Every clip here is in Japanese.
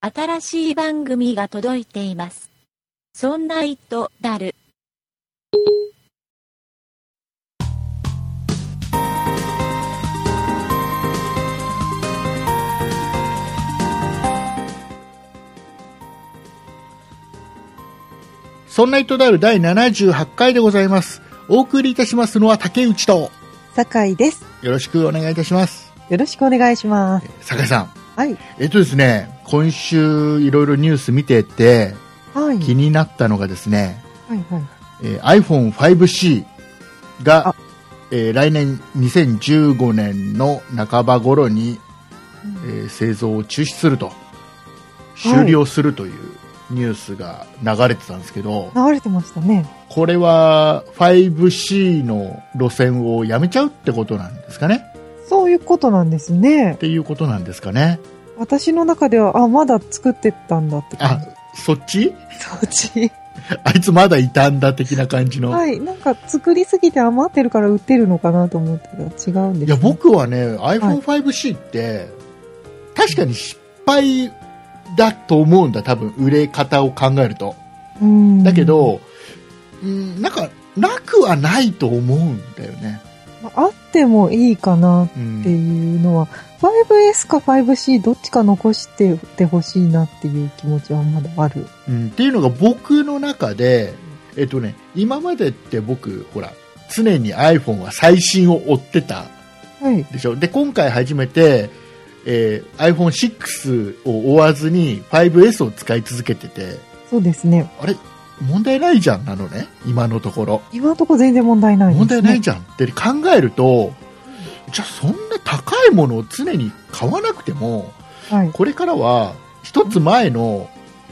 新しい番組が届いています。そんな糸だる。 そんな糸である第78回でございます。お送りいたしますのは竹内と酒井です。 よろしくお願いいたします。 よろしくお願いします。 酒井さん。 はい。 ですね、今週いろいろニュース見てて、 はい。 気になったのがですね、 はいはい。 iPhone 5C が、来年2015年の半ば頃に、製造を中止すると、終了するというニュースが流れてたんですけど、 流れてましたね。 これは 5C の路線をやめちゃうってことなんですかね。 そういうことなんですね。 っていうことなんですかね。 私の中では、まだ作ってたんだって感じ。 そっちそっち。 あいつまだいたんだ的な感じの。 はい。なんか作りすぎて余ってるから売ってるのかなと思ってたら違うんです、ね。 いや、僕はね、iPhone 5C って、確かに失敗だと思うんだ、多分、売れ方を考えると。だけど、なんか、なくはないと思うんだよね。 あってもいいかなっていうのは、5S か 5C どっちか残しててほしいなっていう気持ちはまだある。 っていうのが僕の中で、今までって僕、ほら、常に iPhone は最新を追ってたでしょ。で、今回初めて、iPhone6 を追わずに 5S を使い続けてて。 そうですね。 あれ問題ないじゃんなのね、今のところ。 今のところ全然問題ないですね。 問題ないじゃんって考えると、じゃあそんな高いものを常に買わなくても、これからは一つ前の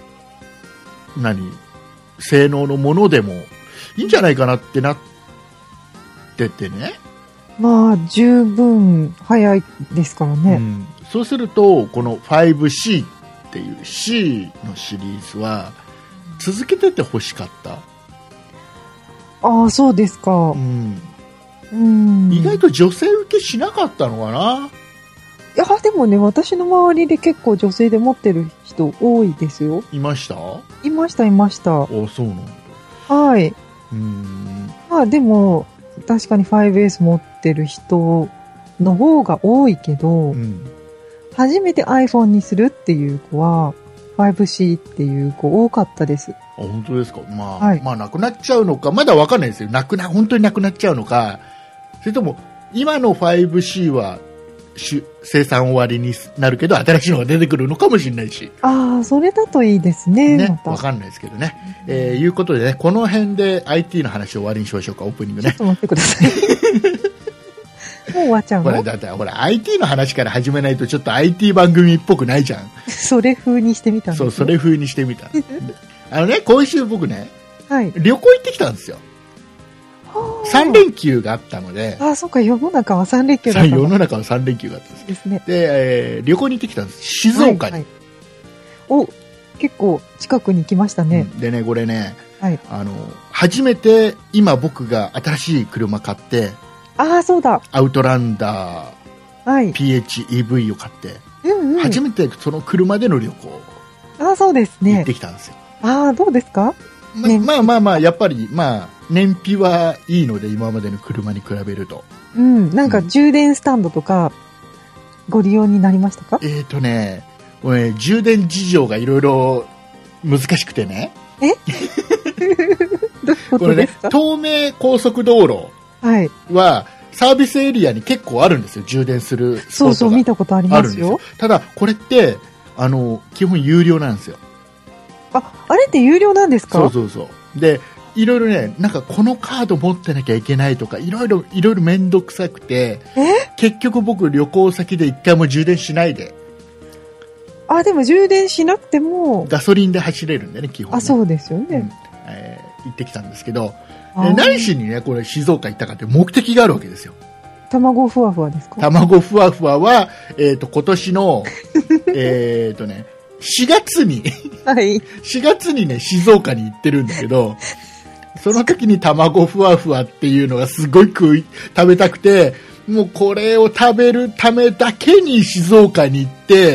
性能のものでもいいんじゃないかなってなっててね。 まあ十分早いですからね。 そうするとこの 5C っていう C のシリーズは続けてて欲しかった。 ああ、そうですか。 意外と女性受けしなかったのかな。 いや、でもね、私の周りで結構女性で持ってる人多いですよ。 いました？ いました、いました。 そうなんだ。 はい。まあでも、確かに 5S 持ってる人の方が多いけど、初めて iPhone にするっていう子は、5C っていう子多かったです。 本当ですか。まあなくなっちゃうのか、まだわかんないですよ。本当になくなっちゃうのか、それとも今の 5C は生産終わりになるけど新しいのが出てくるのかもしれないし。 それだといいですね。 わかんないですけどね。いうことでね、この辺で IT の話を終わりにしましょうか、オープニングね。 ちょっと待ってください。もう終わっちゃうの？ これだってほら IT の話から始めないとちょっと IT 番組っぽくないじゃん。 それ風にしてみたんですよ。 そう、それ風にしてみた。今週僕ね、旅行行ってきたんですよ。3連休があったので。 そうか、世の中は3連休だった。 世の中は3連休があったんです。 ですね。 で、旅行に行ってきたんです。静岡に。 結構近くに来ましたね。 でね、これね、初めて今僕が新しい車買って、 そうだ。 アウトランダー、PHEV を買って、初めてその車での旅行。 そうですね。 行ってきたんですよ。 どうですか？ まあ、やっぱり、燃費はいいので、今までの車に比べると。 なんか充電スタンドとか、ご利用になりましたか？ これ充電事情がいろいろ難しくてね。 どういうことですか？ 東名高速道路は、サービスエリアに結構あるんですよ、充電するスポットが。そう、 見たことありますよ。 ただ、これって、基本有料なんですよ。 あれって有料なんですか？ そう。で、いろいろね、なんかこのカード持ってなきゃいけないとか、いろいろめんどくさくて、結局僕旅行先で一回も充電しないで。 でも充電しなくても。 ガソリンで走れるんでね、基本ね。 そうですよね。 行ってきたんですけど、何しにね、これ静岡行ったかって目的があるわけですよ。 卵ふわふわですか？ 卵ふわふわは、今年の、4月に、4月にね、静岡に行ってるんだけど、その時に卵ふわふわっていうのがすごい食べたくて、もうこれを食べるためだけに静岡に行って、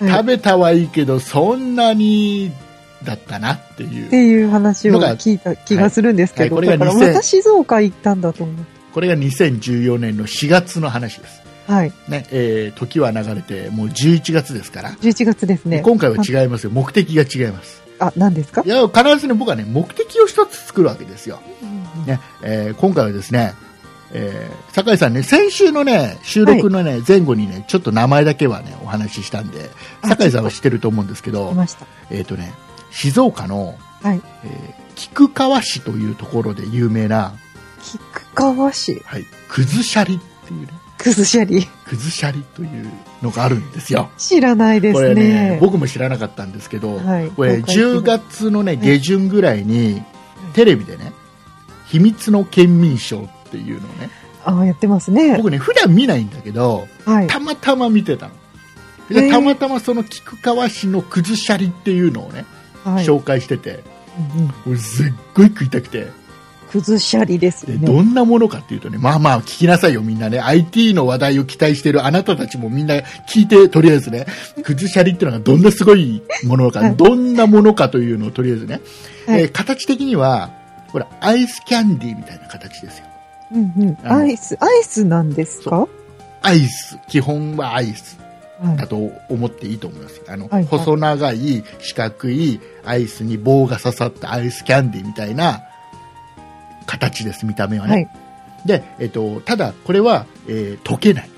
食べたはいいけどそんなにだったなっていう話を聞いた気がするんですけど、 これがだからまた静岡行ったんだと思う。 これが2014年の4月の話です。 はいね時は流れてもう11月ですから。 11月ですね。 今回は違いますよ。目的が違います。 何ですか？ いや必ずね僕はね目的を一つ作るわけですよ。ね今回はですね、酒井さんね先週のね収録のね、前後にねちょっと名前だけはねお話ししたんで酒井さんは知ってると思うんですけど、静岡の、菊川市というところで有名な菊川市、 くずしゃりっていうねくずしゃりというのがあるんですよ。 知らないですね。 これね僕も知らなかったんですけど、これ10月のね下旬ぐらいにテレビでね秘密の県民賞っていうのをねやってますね。 僕ね普段見ないんだけど、たまたま見てたので、たまたまその菊川市のくずしゃりっていうのをね、紹介してて、俺すっごい食いたくて。 くずしゃりですね。 でどんなものかっていうとね、まあまあ聞きなさいよみんなね。 IT の話題を期待しているあなたたちもみんな聞いて、とりあえずねくずしゃりっていうのがどんなすごいものか、どんなものかというのをとりあえずね、形的にはほらアイスキャンディーみたいな形ですよ。 アイスなんですか？ アイス、基本はアイスだと思っていいと思います。細長い四角いアイスに棒が刺さったアイスキャンディーみたいな形です、見た目はね。で、ただこれは、溶けない。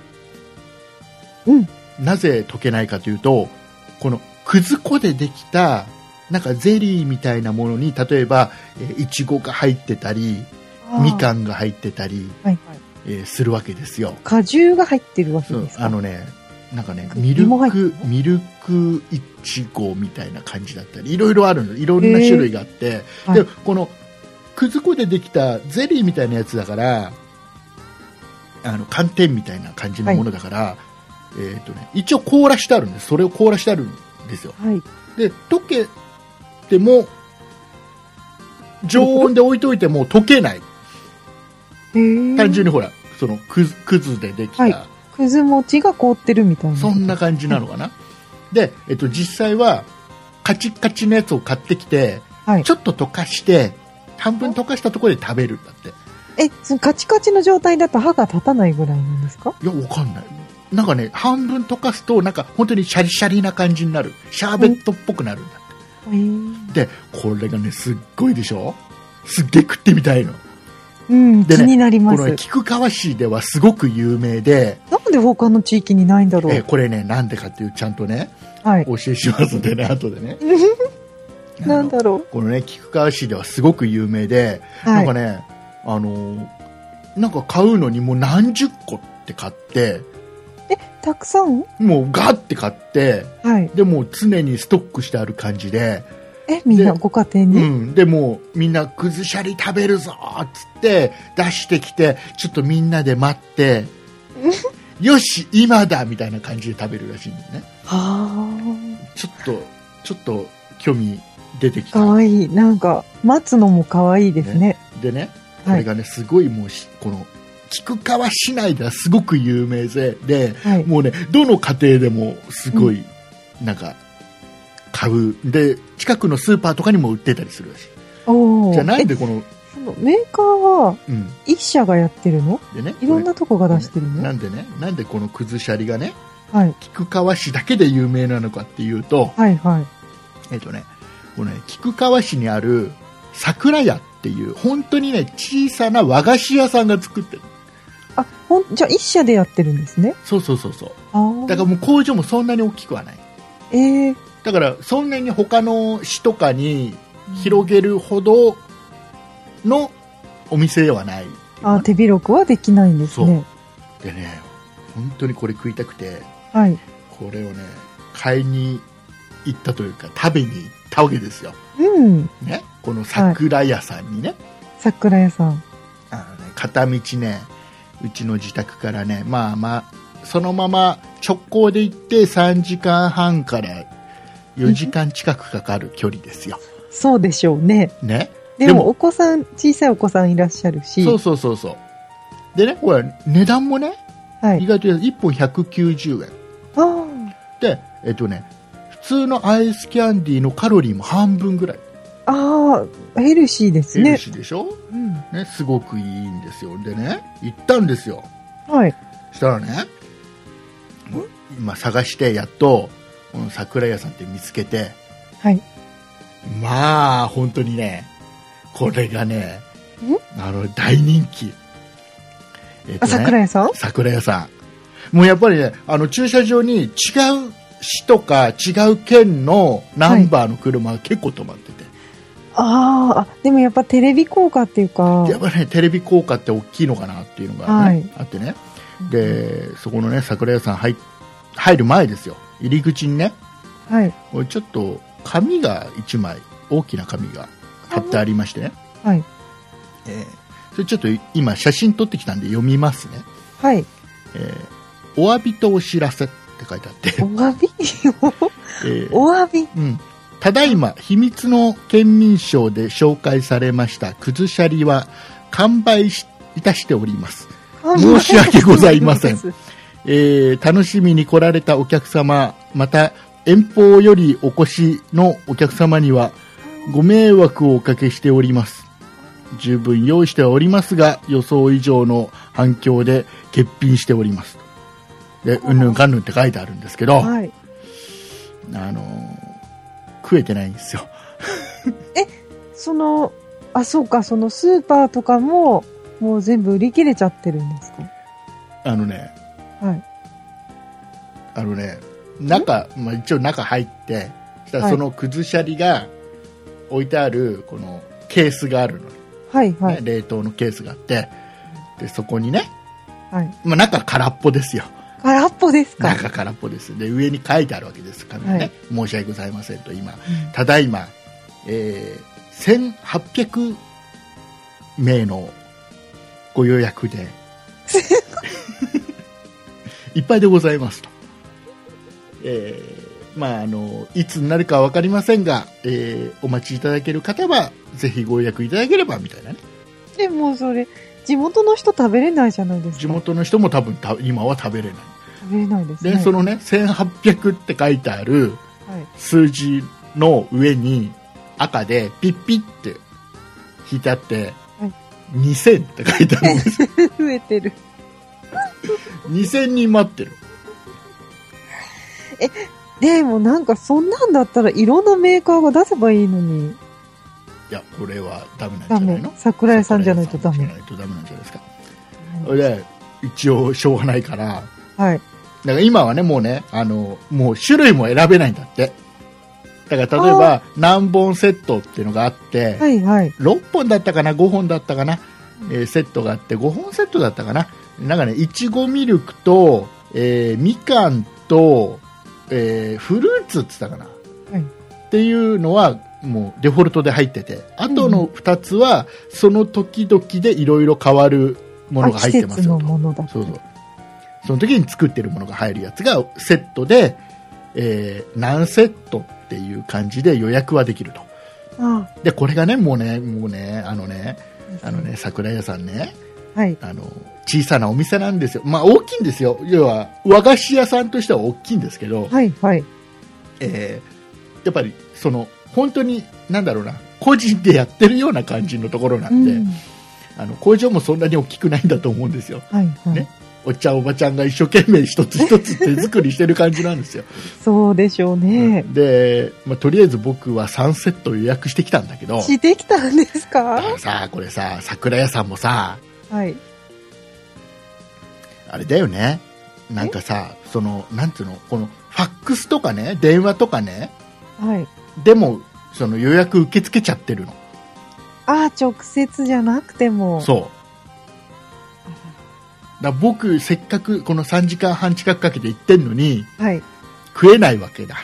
なぜ溶けないかというと、このくず粉でできたなんかゼリーみたいなものに、例えばいちごが入ってたりみかんが入ってたり、するわけですよ。 果汁が入ってるわけですか？ なんかねミルクいちごみたいな感じだったり、いろいろあるんです。いろんな種類があって、でこのくず粉でできたゼリーみたいなやつだから、寒天みたいな感じのものだから、一応凍らしてあるんです。それを凍らしてあるんですよ。で溶けても常温で置いといても溶けない。単純にほらそのくずでできた、 くず餅が凍ってるみたいな、 そんな感じなのかな。で、実際はカチッカチのやつを買ってきて、ちょっと溶かして半分溶かしたところで食べるんだって。 そのカチカチの状態だと歯が立たないぐらいなんですか？ いやわかんない。なんかね半分溶かすとなんか本当にシャリシャリな感じになる、シャーベットっぽくなるんだって。でこれがねすっごいでしょ。すっげえ食ってみたいの。 でね、気になります。 この菊川市ではすごく有名で、 なんで他の地域にないんだろう。 これねなんでかっていうちゃんとね、お教えしますんでね後でねなんだろう。 このね菊川市ではすごく有名で、なんかねなんか買うのにもう何十個って買って、 たくさんもうガッて買って、でもう常にストックしてある感じで、 みんなご家庭に、 でもうみんなくずしゃり食べるぞっつって出してきて、ちょっとみんなで待ってよし今だみたいな感じで食べるらしいんですね。ちょっと興味出てきた。 かわいい。なんか待つのもかわいいですね。 でねこれがねすごいもうこの菊川市内ではすごく有名で、もうねどの家庭でもすごいなんか買うで、近くのスーパーとかにも売ってたりするらしい。じゃあなんでこのメーカーは一社がやってるの？でね、いろんなとこが出してるの？ なんでこのくずしゃりがね、菊川市だけで有名なのかっていうと、このね菊川市にある桜屋っていう本当にね小さな和菓子屋さんが作ってる。 じゃあ一社でやってるんですね。 そう。だからもう工場もそんなに大きくはない。だからそんなに他の市とかに広げるほどのお店ではない。 手広くはできないんですね。 でね本当にこれ食いたくて、これをね買いに行ったというか食べに行ったわけですよ。ね、この桜屋さんにね。 桜屋さん。 片道ねうちの自宅からねそのまま直行で行って3時間半から4時間近くかかる距離ですよ。 そうでしょうね。でも小さいお子さんいらっしゃるし。 そうでねこれ値段もね、意外と1本190円で、普通のアイスキャンディーのカロリーも半分ぐらい。 ああ、ヘルシーですね。 ヘルシーでしょ、ね、すごくいいんですよ。でね、行ったんですよ。 はい。 したらね、今探してやっとこの桜屋さんって見つけて、 はい。 まあ本当にね、これがね、大人気。 桜屋さん？ 桜屋さん。もうやっぱりね、駐車場に違う市とか違う県のナンバーの車が結構止まってて。 ああ、でもやっぱテレビ効果っていうか。 やっぱね、テレビ効果って大きいのかなっていうのがね、あってね。で、そこのね、桜屋さん入る前ですよ。入り口にね、 はい。 ちょっと紙が1枚、大きな紙が貼ってありましてね。 はい。 それちょっと今写真撮ってきたんで読みますね。 はい。 お詫びとお知らせって書いてあって。 お詫びお詫び、 ただいま秘密の県民賞で紹介されましたくずシャリは完売いたしております。申し訳ございません。楽しみに来られたお客様、また遠方よりお越しのお客様にはご迷惑をおかけしております。十分用意してはおりますが、予想以上の反響で欠品しております。で、うんぬんかんぬんって書いてあるんですけど、 はい、 食えてないんですよ。 そうか、そのスーパーとかも、もう全部売り切れちゃってるんですか？ はい。一応中入って、したらそのくずシャリが置いてある、このケースがあるの。 はいはい。 ね、冷凍のケースがあって、で、そこにね、 はい。 中空っぽですよ。 空っぽですか？ 中空っぽです。で、上に書いてあるわけですからね。 はい、 申し訳ございませんと、今、ただいま、1800名のご予約で、いっぱいでございますと。いつになるかは分かりませんが、お待ちいただける方はぜひご予約いただければみたいなね。 でもそれ地元の人食べれないじゃないですか。 地元の人も多分今は食べれない。 食べれないですね。 でそのね1800って書いてある数字の上に赤でピッピッって引いてあって、はい、2000って書いてあるんですよ。 増えてる。 2000人待ってる。 でもなんかそんなんだったらいろんなメーカーが出せばいいのに。 いや、これはダメなんじゃないの？ 桜屋さんじゃないとダメ。 じゃないとダメなんじゃないですか。それで、一応しょうがないから、 はい。 だから今はね、もうね、もう種類も選べないんだって。だから例えば、何本セットっていうのがあって、 はいはい。 6本だったかな、5本だったかな、セットがあって、5本セットだったかな。なんかね、いちごミルクと、みかんと、フルーツって言ったかな、はい、っていうのはもうデフォルトで入ってて、あとの2つはその時々でいろいろ変わるものが入ってますよと。そうそう。その時に作ってるものが入るやつがセットで、何セットっていう感じで予約はできると。 ああでこれがねもうね桜屋さんね、 はい、 小さなお店なんですよ。まあ大きいんですよ。要は和菓子屋さんとしては大きいんですけど、 はいはい。 やっぱりその本当になんだろうな、個人でやってるような感じのところなんで、工場もそんなに大きくないんだと思うんですよ。 はいはい。 ね、おっちゃんおばちゃんが一生懸命一つ一つ手作りしてる感じなんですよ。 そうでしょうね。 で、とりあえず僕は3セット予約してきたんだけど。 してきたんですか？ だからさ、これさ、桜屋さんもさ、 はい。 あれだよね。なんかさ、なんつうの、このファックスとかね、電話とかね。 はい。 でも、その予約受け付けちゃってるの。 ああ、直接じゃなくても。 そう。だ僕、せっかくこの3時間半近くかけて行ってんのに、 はい。 食えないわけだ。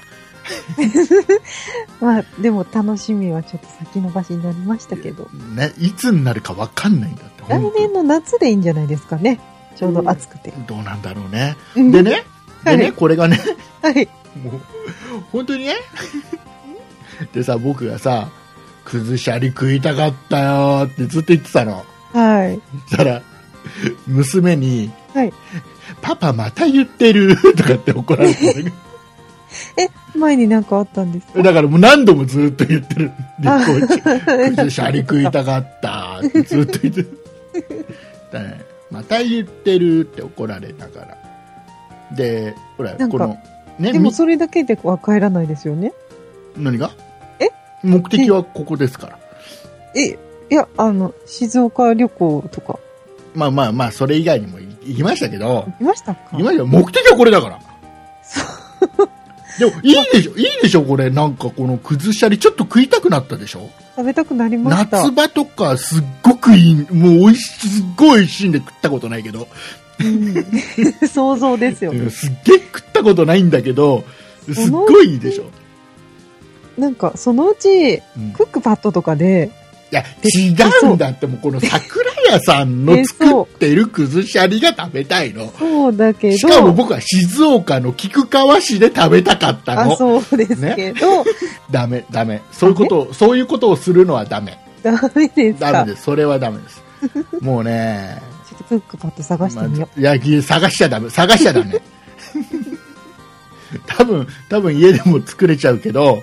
まあ、でも楽しみはちょっと先延ばしになりましたけど。 ね、いつになるか分かんないんだって。 来年の夏でいいんじゃないですかね。ちょうど暑くて。 どうなんだろうね。でね、はい、これがね、 はい。 もう、本当にね。でさ、僕がさ、くずシャリ食いたかったよってずっと言ってたの。 はい。 そしたら、娘に、 はい。 パパまた言ってるとかって怒られてた。 前になんかあったんですか？ だからもう何度もずっと言ってる。コーチ。シャリ食いたかったってずっと言ってる。だね、また言ってるって怒られながら。で、ほら、この、ね。 でもそれだけでは帰らないですよね。 何が？目的はここですから。 いや、静岡旅行とか。 まあ、それ以外にも行きましたけど。 行きましたか？ 行きましたよ。目的はこれだから。でも、いいでしょ、これ。なんかこのくずシャリ、ちょっと食いたくなったでしょ？ 食べたくなりました。 夏場とかすっごくいい、もう美味しい、すっごい美味しいんで食ったことないけど。 想像ですよね。 すっげえ食ったことないんだけど、すっごいいいでしょ。 なんか、そのうち、クックパッドとかで、 いや、違うんだって、もうこの桜屋さんの作ってるくずシャリが食べたいの。 そうだけど。 しかも僕は静岡の菊川市で食べたかったの。 そうですけど。ね、 ダメ。そういうことをするのはダメ。 ダメですか？ ダメです。それはダメです。もうね。 ちょっとクックパッド探してみよう。 いや、探しちゃダメ。多分家でも作れちゃうけど。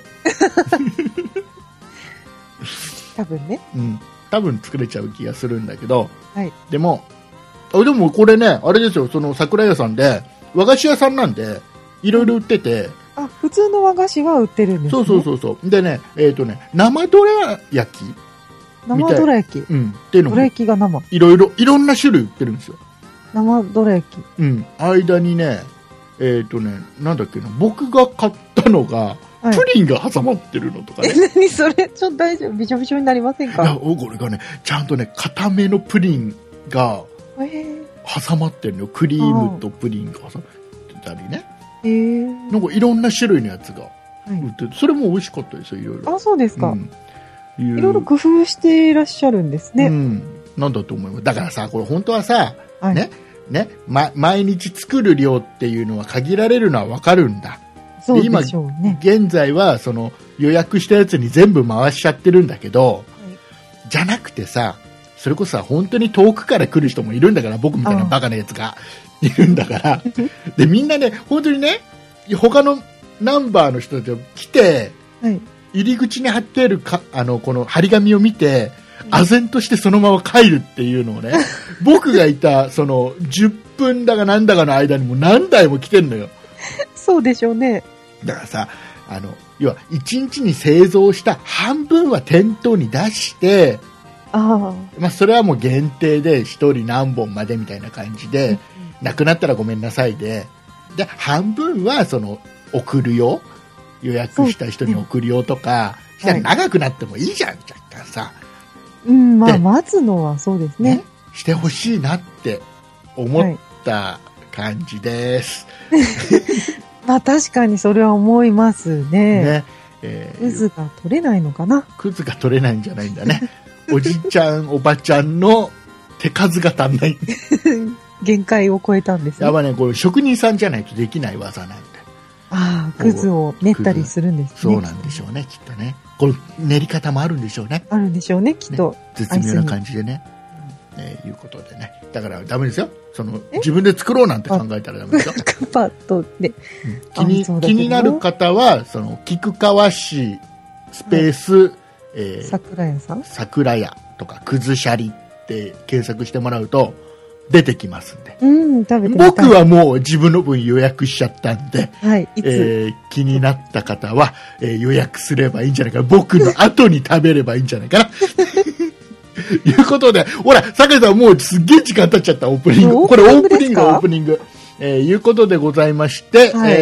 多分ね。 うん。多分作れちゃう気がするんだけど。 はい。 でもこれね、あれですよ、その桜屋さんで、和菓子屋さんなんで、いろいろ売ってて。 普通の和菓子は売ってるんですね。 そう。でね、生どら焼き生どら焼き。 うん。っていうのも。 どら焼きが生。 いろんな種類売ってるんですよ。 生どら焼き。 うん。間にね、なんだっけな、僕が買ったのが、プリンが挟まってるのとかね。 何それ？ちょっと大丈夫？びちょびちょになりませんか？ いや、これがね、ちゃんとね、固めのプリンが挟まってるのよ。クリームとプリンが挟まってたりね。なんかいろんな種類のやつが売ってて、それも美味しかったですよ、いろいろ。 そうですか。いろいろ工夫していらっしゃるんですね。 なんだと思います。だからさ、これ本当はさ、毎日作る量っていうのは限られるのはわかるんだ。 そうでしょうね。 今現在はその予約したやつに全部回しちゃってるんだけど、じゃなくてさ、それこそさ、本当に遠くから来る人もいるんだから、僕みたいなバカなやつがいるんだからで、みんなね、本当にね、他のナンバーの人たちが来て、入り口に貼ってあるこの張り紙を見て、唖然としてそのまま帰るっていうのをね、僕がいたその10分だかなんだかの間にも何台も来てんのよ。 そうでしょうね。 だからさ、要は1日に製造した半分は店頭に出して、それはもう限定で1人何本までみたいな感じで、なくなったらごめんなさいで、半分はその送るよ、予約した人に送るよとか、したら長くなってもいいじゃん、若干さ。 待つのはそうですね。 してほしいなって思った感じです。 確かにそれは思いますね。クズが取れないのかな。 クズが取れないんじゃないんだね。おじちゃんおばちゃんの手数が足んない。 限界を超えたんですね。 やっぱね、これ職人さんじゃないとできない技なんで。 クズを練ったりするんですね。 そうなんでしょうね、きっとね。これ練り方もあるんでしょうね。 あるんでしょうね、きっと。 絶妙な感じでね。いうことでね。だからダメですよ。自分で作ろうなんて考えたらダメですよ。 パッとで。 気になる方は、菊川市スペース、 桜屋さん？ 桜屋とか、くずシャリって検索してもらうと、出てきますんで。 食べてみたい。 僕はもう自分の分予約しちゃったんで、気になった方は、予約すればいいんじゃないかな。僕の後に食べればいいんじゃないかな。いうことで、ほら、酒井さんもうすっげえ時間経っちゃった、オープニング。これオープニング。いうことでございまして、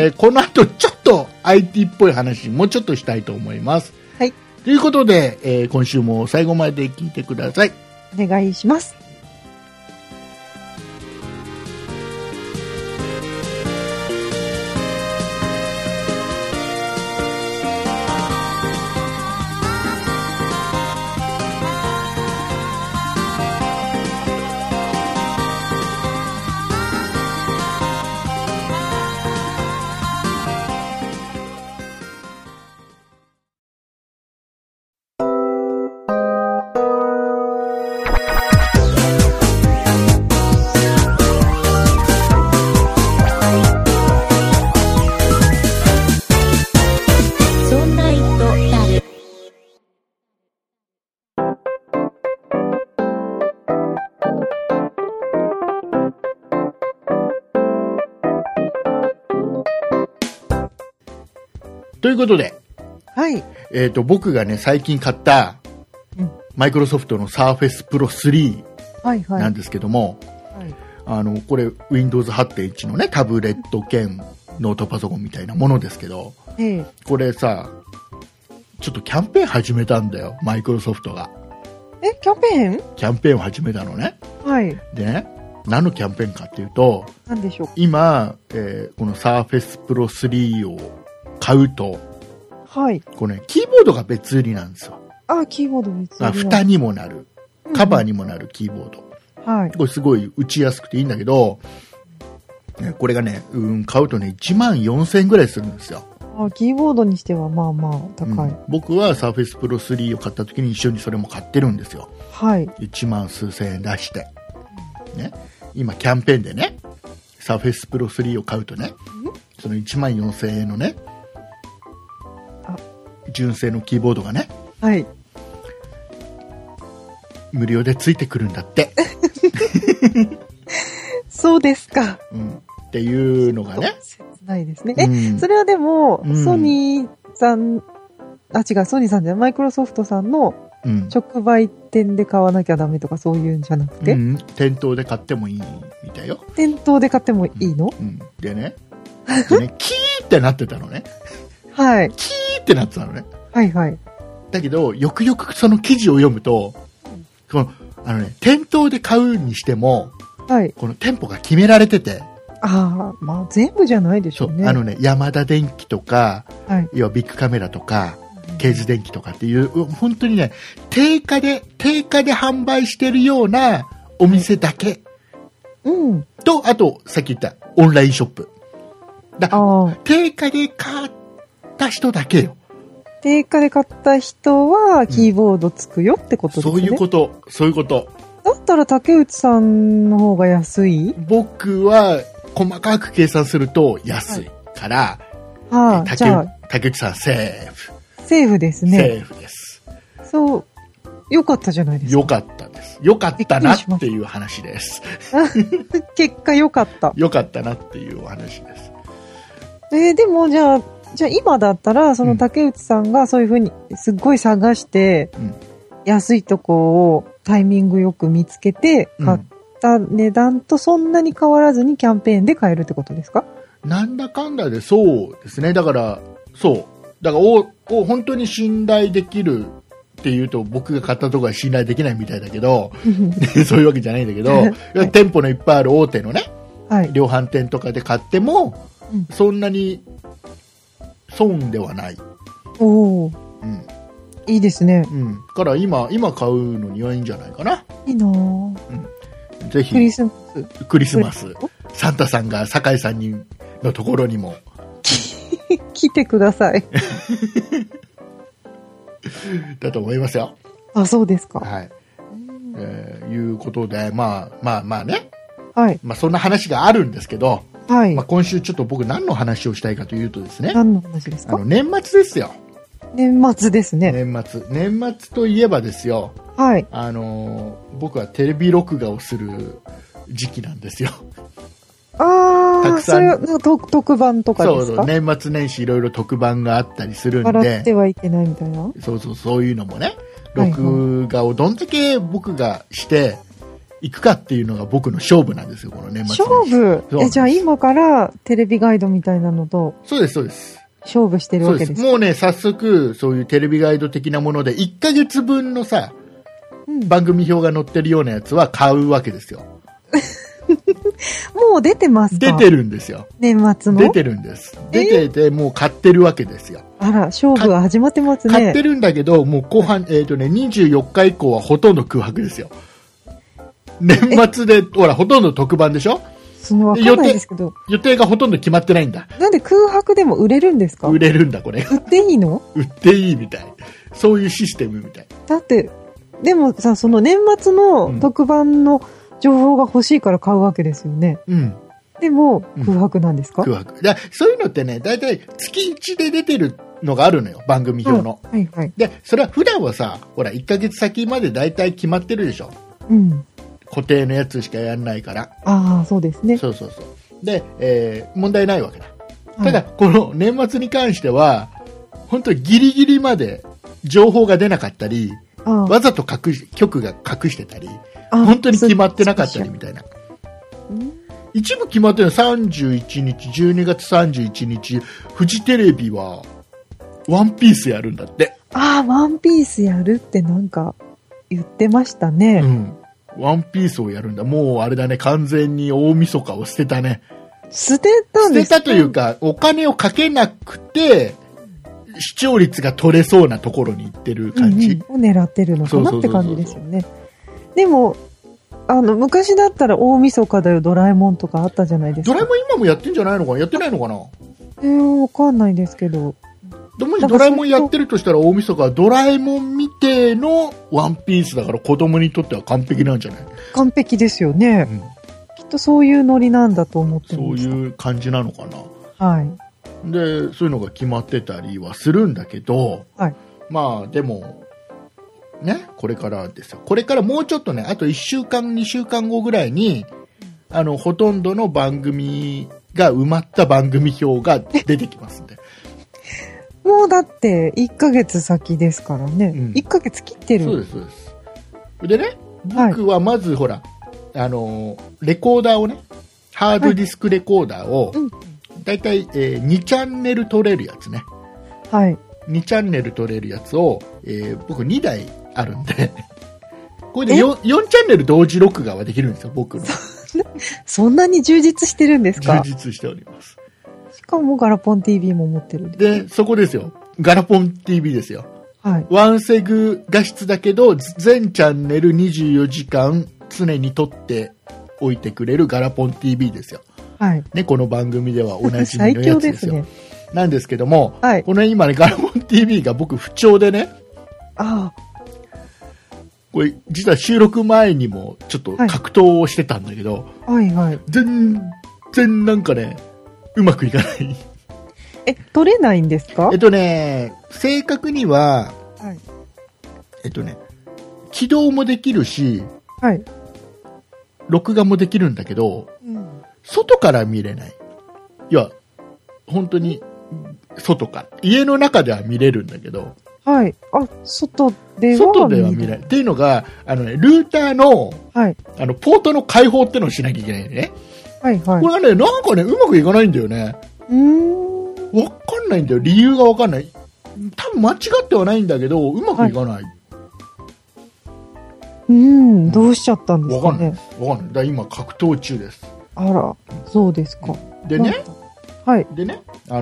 この後ちょっと IT っぽい話もうちょっとしたいと思います。ということで、今週も最後まで聞いてください。 お願いします。 ということで、 はい。 僕がね、最近買った、マイクロソフトの Surface Pro 3なんですけども、これ Windows 8.1 のね、タブレット兼ノートパソコンみたいなものですけど、これさ、ちょっとキャンペーン始めたんだよ、マイクロソフトが。 キャンペーン？ キャンペーンを始めたのね。 はい。 でね、何のキャンペーンかっていうと、 何でしょう。 今、この Surface Pro 3を買うと、 はい。 これね、キーボードが別売りなんですよ。 キーボード別売り。 蓋にもなる、カバーにもなるキーボード。はい。これすごい打ちやすくていいんだけど、これがね、買うとね、14,000円ぐらいするんですよ。 キーボードにしてはまあまあ高い。 僕は Surface Pro 3を買った時に一緒にそれも買ってるんですよ。 はい。 1万数千円出して。ね。今キャンペーンでね、Surface Pro 3を買うとね、その14,000円のね、純正のキーボードがね、 はい。 無料でついてくるんだって。 そうですか。 っていうのがね。 切ないですね。それはでも、ソニーさん、ソニーさんじゃない、マイクロソフトさんの直売店で買わなきゃダメとかそういうんじゃなくて、 店頭で買ってもいいみたいよ。 店頭で買ってもいいの？ でね、キーってなってたのね。 はい。 キーってなってたのね。 はいはい。 だけど、よくよくその記事を読むと、店頭で買うにしても、この店舗が決められてて、 まあ全部じゃないでしょうね。 ヤマダ電機とか、要はビッグカメラとか、ケーズ電機とかっていう、本当にね、定価で販売してるようなお店だけ。と、あと、さっき言ったオンラインショップ。定価で買った人だけよ。 定価で買った人はキーボードつくよってことですね。 そういうこと。 だったら竹内さんの方が安い？ 僕は細かく計算すると安いから、竹内さんセーフ。 セーフですね。 セーフです。 そう、よかったじゃないですか。 よかったです。よかったなっていう話です。 結果よかった。 よかったなっていうお話です。 でもじゃあ今だったら、その竹内さんがそういう風にすっごい探して、安いとこをタイミングよく見つけて、買った値段とそんなに変わらずにキャンペーンで買えるってことですか？ なんだかんだでそうですね。だから、本当に信頼できるっていうと、僕が買ったところは信頼できないみたいだけど、そういうわけじゃないんだけど、店舗のいっぱいある大手のね、量販店とかで買っても、そんなに損ではない。 いいですね。 から今買うのにはいいんじゃないかな。 いいなぁ。 ぜひクリスマスサンタさんが酒井さんのところにも来てください。 だと思いますよ。 そうですか。 はい。いうことで、まあね。 はい。 そんな話があるんですけど、 はい。 今週ちょっと僕何の話をしたいかというとですね。 何の話ですか？ 年末ですよ。 年末ですね。 年末といえばですよ。 はい。 僕はテレビ録画をする時期なんですよ。 たくさん。それは特番とかですか？ そう、年末年始いろいろ特番があったりするんで。 笑ってはいけないみたいな。 そういうのもね。録画をどんだけ僕がしていくかっていうのが僕の勝負なんですよ、この年末年始。 勝負？じゃあ今からテレビガイドみたいなのと。 そうです。 勝負してるわけです。 もうね、早速、そういうテレビガイド的なもので、1ヶ月分のさ、番組表が載ってるようなやつは買うわけですよ。 もう出てますか？ 出てるんですよ。 年末の？ 出てるんです。出てて、もう買ってるわけですよ。 あら、勝負が始まってますね。 買ってるんだけど、もう後半、24日以降はほとんど空白ですよ。年末で、ほら、ほとんど特番でしょ？ わかんないですけど。 予定がほとんど決まってないんだ。 なんで空白でも売れるんですか？ 売れるんだ、これ。 売っていいの？ 売っていいみたい。そういうシステムみたい。 だって、でもさ、その年末の特番の情報が欲しいから買うわけですよね。でも、空白なんですか？ 空白。そういうのってね、だいたい月1で出てるのがあるのよ、番組表の。で、それは普段はさ、ほら、1ヶ月先までだいたい決まってるでしょ。固定のやつしかやんないから。 そうですね。 で、問題ないわけだ。ただこの年末に関しては本当にギリギリまで情報が出なかったり、わざと局が隠してたり、本当に決まってなかったりみたいな。一部決まってるの31日、12月31日、フジテレビはワンピースやるんだって。 ワンピースやるってなんか言ってましたね。 うん。ワンピースをやるんだ。もうあれだね、完全に大晦日を捨てたね。 捨てたんですか？ 捨てたというか、お金をかけなくて、視聴率が取れそうなところに行ってる感じ。 を狙ってるのかなって感じですよね。でも、昔だったら大晦日だよ、ドラえもんとかあったじゃないですか。 ドラえもん今もやってんじゃないのかな？やってないのかな？ わかんないですけど。 でもドラえもんやってるとしたら大晦日はドラえもんみてのワンピースだから子供にとっては完璧なんじゃない？ 完璧ですよね。きっとそういうノリなんだと思ってました。 そういう感じなのかな。 はい。 で、そういうのが決まってたりはするんだけど、 はい。 まあでも、ね、これからですよ。これからもうちょっとね、あと1週間、2週間後ぐらいに、ほとんどの番組が埋まった番組表が出てきますんで。 もうだって1ヶ月先ですからね。1ヶ月切ってる。 そうです、そうです。でね、僕はまずほら、レコーダーをね、ハードディスクレコーダーを、だいたい2チャンネル取れるやつね。 はい。 2チャンネル取れるやつを、僕2台あるんで、これで 4チャンネル同時録画はできるんですよ、僕の。 そんなに充実してるんですか？ 充実しております。 しかもガラポン TV も持ってるんです。 で、そこですよ。ガラポン TV ですよ。 はい。 ワンセグ画質だけど、全チャンネル24時間常に撮っておいてくれるガラポン TV ですよ。 はい。 ね、この番組ではおなじみのやつですよ。 最強ですね。 なんですけども、 はい、 この今ね、ガラポン TV が僕不調でね、これ実は収録前にもちょっと格闘をしてたんだけど、 はいはい。 全然なんかね、うまくいかない。 撮れないんですか？ 正確には、 はい、 起動もできるし、 はい、 録画もできるんだけど、外から見れない。いや、本当に、外から。家の中では見れるんだけど。 はい。外では見れない。っていうのが、ルーターの、 はい、 ポートの開放ってのをしなきゃいけないね。 はいはい。 これがね、なんかね、うまくいかないんだよね。わかんないんだよ。理由がわかんない。多分間違ってはないんだけど、うまくいかない。 どうしちゃったんですかね。 わかんない。だから今、格闘中です。 あら、そうですか。 でね、 はい。 でね、こ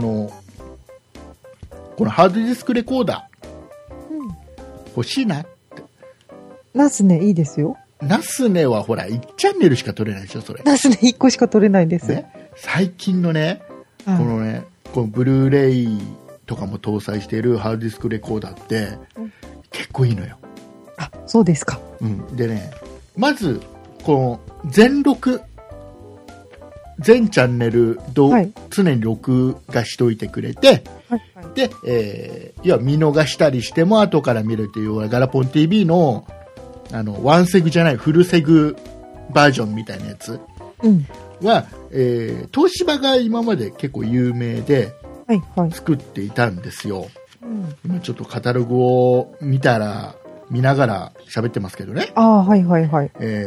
のハードディスクレコーダー、欲しいなって。 ナスネいいですよ。 ナスネはほら、1チャンネルしか撮れないでしょ、それ。 ナスネ1個しか撮れないです。 ね、最近のね、このブルーレイとかも搭載しているハードディスクレコーダーって、結構いいのよ。 そうですか。 でね、まず、この全録、全チャンネル常に録画しておいてくれて、で、要は見逃したりしても後から見るというガラポン TV のワンセグじゃないフルセグバージョンみたいなやつは、東芝が今まで結構有名で作っていたんですよ。今ちょっとカタログを見ながら喋ってますけどね。 はいはいはい。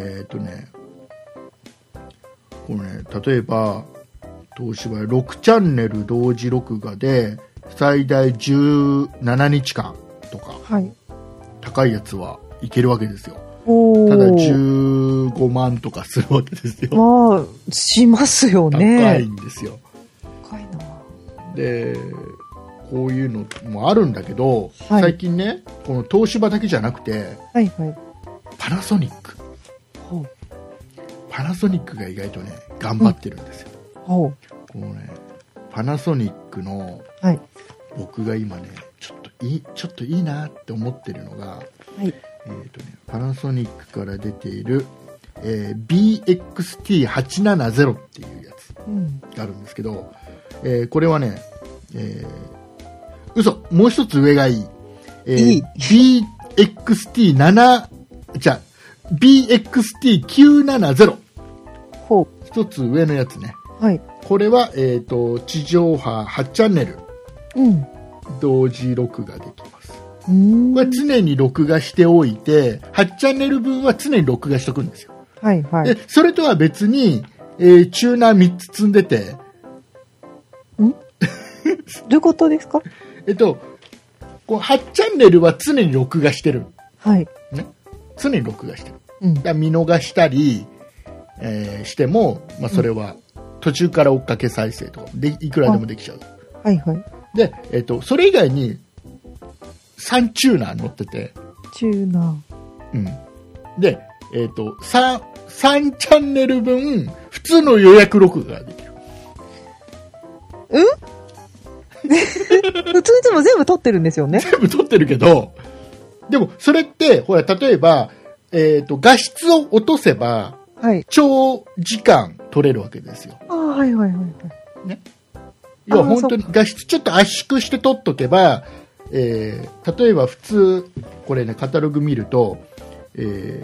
このね、例えば東芝6チャンネル同時録画で最大17日間とか、高いやつはいけるわけですよ。ただ15万とかするわけですよ。 しますよね。 高いんですよ。 高いな。 で、こういうのもあるんだけど、最近ね、この東芝だけじゃなくて、パナソニック。パナソニックが意外とね、頑張ってるんですよ。このね、パナソニックの、僕が今ね、ちょっといいなって思ってるのが、パナソニックから出ている、BXT870 っていうやつがあるんですけど、これはね、もう一つ上がいい。BXT970。一つ上のやつね。これは、地上波8チャンネル。 同時録画できます。これ常に録画しておいて、8チャンネル分は常に録画しとくんですよ。 はいはい。 でそれとは別に、チューナー3つ積んでて。 どういうことですか？ こう8チャンネルは常に録画してる。 はい。 ね。常に録画してる。だから見逃したり、しても、まあ、それは途中から追っかけ再生とかでいくらでもできちゃう。 はいはい。で、 それ以外に3チューナー載ってて。 チューナー。 うん。で、3チャンネル分、普通の予約録画ができる。 普通にでも全部撮ってるんですよね。 全部撮ってるけど、でもそれって、ほら、例えば、画質を落とせば、はい、長時間撮れるわけですよ。 はいはいはいはい。 ね。要は本当に画質ちょっと圧縮して撮っとけば、例えば普通、これね、カタログ見ると、チ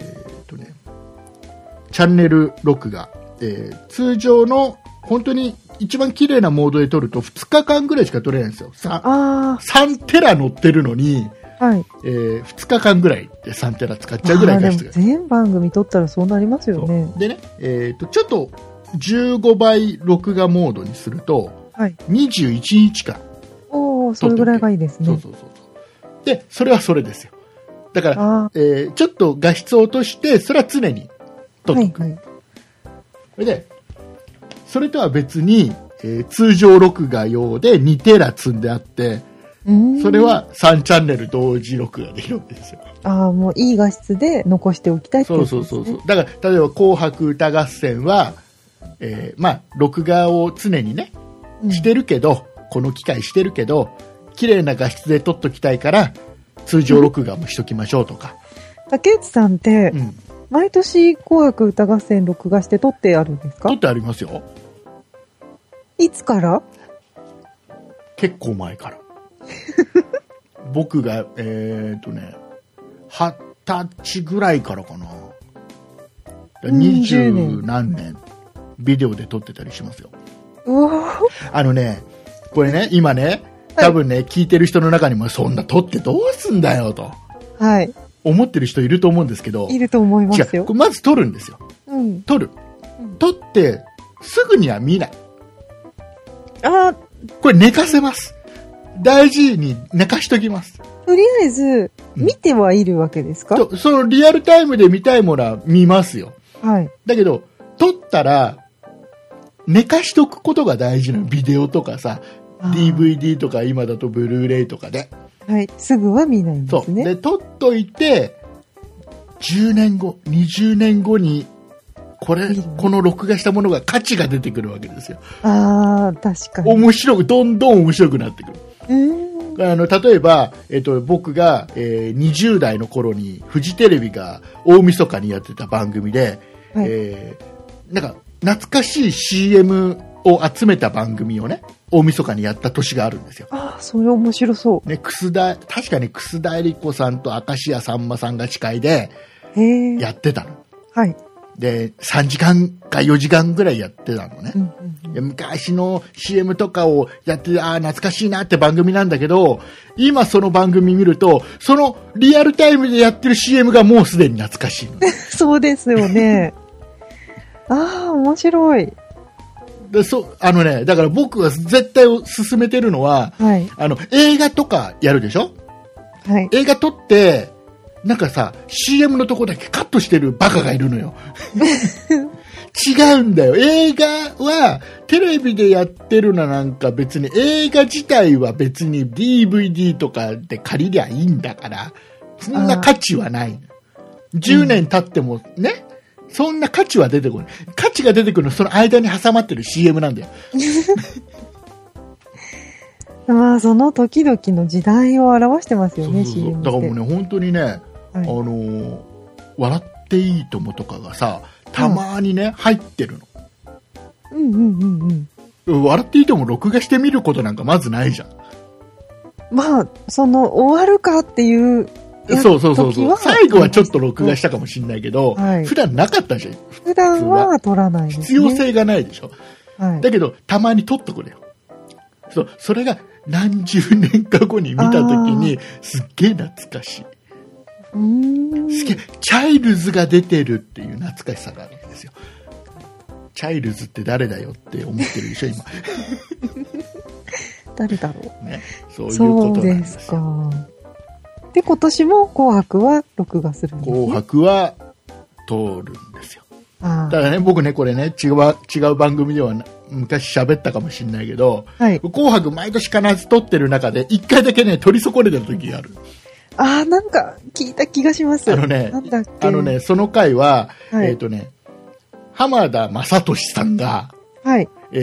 ャンネル録画、通常の本当に一番綺麗なモードで撮ると2日間ぐらいしか撮れないんですよ。3テラ載ってるのに、はい2日間ぐらいで3テラ使っちゃうぐらい画質が。 全番組撮ったらそうなりますよね。 でね、ちょっと15倍録画モードにすると、はい、21日間。 それぐらいがいいですね。 そう。で、それはそれですよ。だから、ちょっと画質を落として、それは常に撮っておく。はいはい、で、それとは別に、通常録画用で2テラ積んであって、それは3チャンネル同時録画できるんですよ。 もういい画質で残しておきたいってことですね。 そう。だから、例えば紅白歌合戦は、まあ、録画を常にね、してるけど、この機械してるけど、綺麗な画質で撮っときたいから、通常録画もしときましょうとか。 竹内さんって、毎年紅白歌合戦録画して撮ってあるんですか？ 撮ってありますよ。 いつから？ 結構前から。僕が、20歳ぐらいからかな。20何年、ビデオで撮ってたりしますよ。これね、今ね、多分ね、聞いてる人の中にもそんな撮ってどうすんだよと、はい、思ってる人いると思うんですけど、 いると思いますよ。 まず撮るんですよ。撮る。撮ってすぐには見ない。これ寝かせます。大事に寝かしときます。 とりあえず見てはいるわけですか？ そのリアルタイムで見たいものは見ますよ。はい。だけど撮ったら寝かしとくことが大事なの。ビデオとかさ、DVD とか今だとブルーレイとかで。 はい。すぐは見ないんですね。 で、撮っといて、10年後、20年後に、この録画したものが価値が出てくるわけですよ。 確かに。 どんどん面白くなってくる。例えば、僕が、20代の頃にフジテレビが大晦日にやってた番組で、はい、なんか懐かしい CM を集めた番組をね、大晦日にやった年があるんですよ。 それ面白そう。 ね、確かに楠田絵理子さんと明石家さんまさんが司会でやってたの。はい。で、3時間か4時間ぐらいやってたのね。昔の CM とかをやって、懐かしいなって番組なんだけど、今その番組見ると、そのリアルタイムでやってる CM がもうすでに懐かしいの。 そうですよね。面白い。 だから僕が絶対勧めてるのは、はい、映画とかやるでしょ？はい。映画撮って、なんかさ、CM のとこだけカットしてるバカがいるのよ。違うんだよ。映画は、テレビでやってるのなんか別に、映画自体は別に DVD とかで借りりゃいいんだから、そんな価値はない。10年経ってもね、そんな価値は出てこない。価値が出てくるのはその間に挟まってる CM なんだよ。 その時々の時代を表してますよね、 そう CM って。 だからもうね、本当にね、はい、笑っていいともとかがさ、たまにね、入ってるの。笑っていいとも録画してみることなんかまずないじゃん。 終わるかっていう。 そう。最後はちょっと録画したかもしれないけど、はい、普段なかったじゃん。 普段は撮らないですね。 必要性がないでしょ。はい、だけど、たまに撮っとくれよ。 それが何十年か後に見たときにすっげえ懐かしい。すげえチャイルズが出てるっていう懐かしさがあるんですよ。チャイルズって誰だよって思ってるでしょ今。 誰だろう、 ね、そういうことなんですよ。 そうですか。で今年も紅白は録画するんですね。 紅白は通るんですよ。ただね、僕ねこれね違う番組では昔喋ったかもしれないけど、はい、紅白毎年必ず撮ってる中で一回だけね撮り損ねてる時がある。 なんか聞いた気がします。 なんだっけ。その回は、はい、浜田雅俊さんが、はい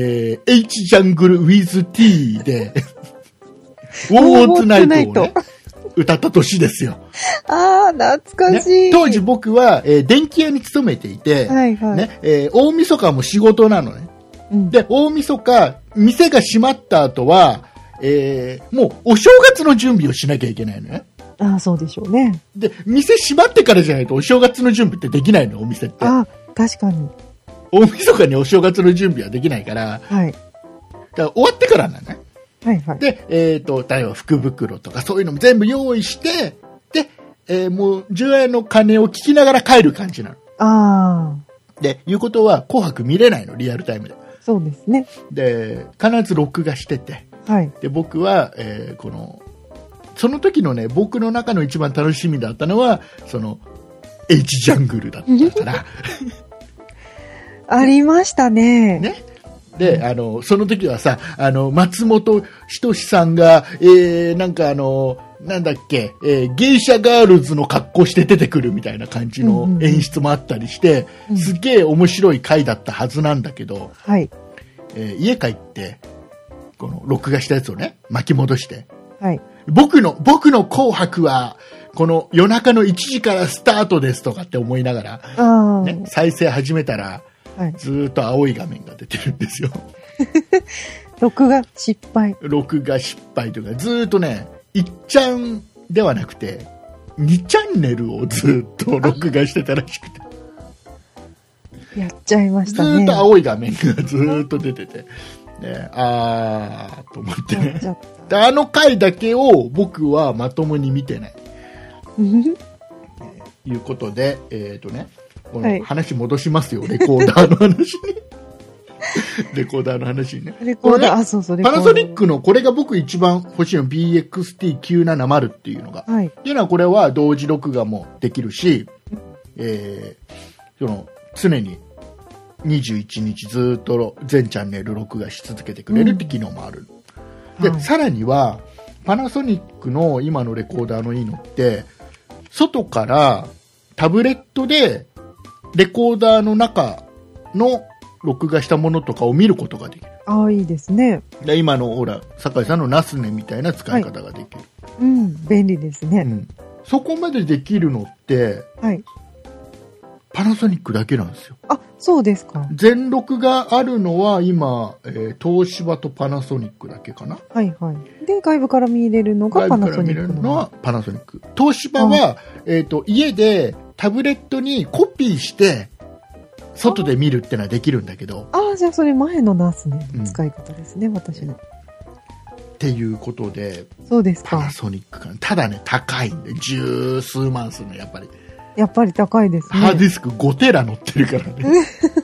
、H ジャングル with T でウォーツナイトをね歌った年ですよ。 懐かしい。 ね、当時僕は、電気屋に勤めていて、はいはい、ね大晦日も仕事なのね。うん、で、大晦日、店が閉まった後は、もうお正月の準備をしなきゃいけないのね。 そうでしょうね。 で、店閉まってからじゃないとお正月の準備ってできないの、お店って。 確かに。 大晦日にお正月の準備はできないから、はい。だから終わってからなんだね。はいはい。で、例えば福袋とかそういうのも全部用意して、で、もう10円の鐘を聞きながら帰る感じなの。で、いうことは紅白見れないの、リアルタイムで。 そうですね。 で、必ず録画してて、はい。で、僕は、その時のね、僕の中の一番楽しみだったのは、H ジャングルだったから。 ありましたね。 ね。で、その時はさ、松本人志さんが、なんかなんだっけ、芸者ガールズの格好して出てくるみたいな感じの演出もあったりして、すげえ面白い回だったはずなんだけど、はい。家帰って、この録画したやつをね、巻き戻して、はい。僕の紅白は、この夜中の1時からスタートですとかって思いながら、ね、再生始めたら、はい、ずっと青い画面が出てるんですよ。 録画失敗。 録画失敗というか、ずっとね、1ちゃんではなくて、2チャンネルをずっと録画してたらしくて。 やっちゃいましたね。 ずっと青い画面がずっと出てて。ね、と思ってね。で、回だけを僕はまともに見てない。いうことで、この話戻しますよ、レコーダーの話に。レコーダーの話にね。 レコーダー、そうそう、 パナソニックの、これが僕一番欲しいの BXT970 っていうのが。はい。っていうのはこれは同時録画もできるし、常に21日ずっと全チャンネル録画し続けてくれるって機能もある。で、さらには、パナソニックの今のレコーダーのいいのって、外からタブレットでレコーダーの中の録画したものとかを見ることができる。 いいですね。 で今のほら酒井さんのナスネみたいな使い方ができる。 はい、便利ですね、 そこまでできるのって、はい、パナソニックだけなんですよ。 そうですか。 全録があるのは今、東芝とパナソニックだけかな。 はいはい。で外部から見れるのがパナソニック。外部から見れるのはパナソニック。東芝は家でタブレットにコピーして外で見るってのはできるんだけど。 じゃあそれ前のナスね、使い方ですね、私の。 っていうことで。 そうですか。 パナソニックかな。ただね高いんで十数万するのやっぱり。 やっぱり高いですね。 ハードディスク5テラ乗ってるからね。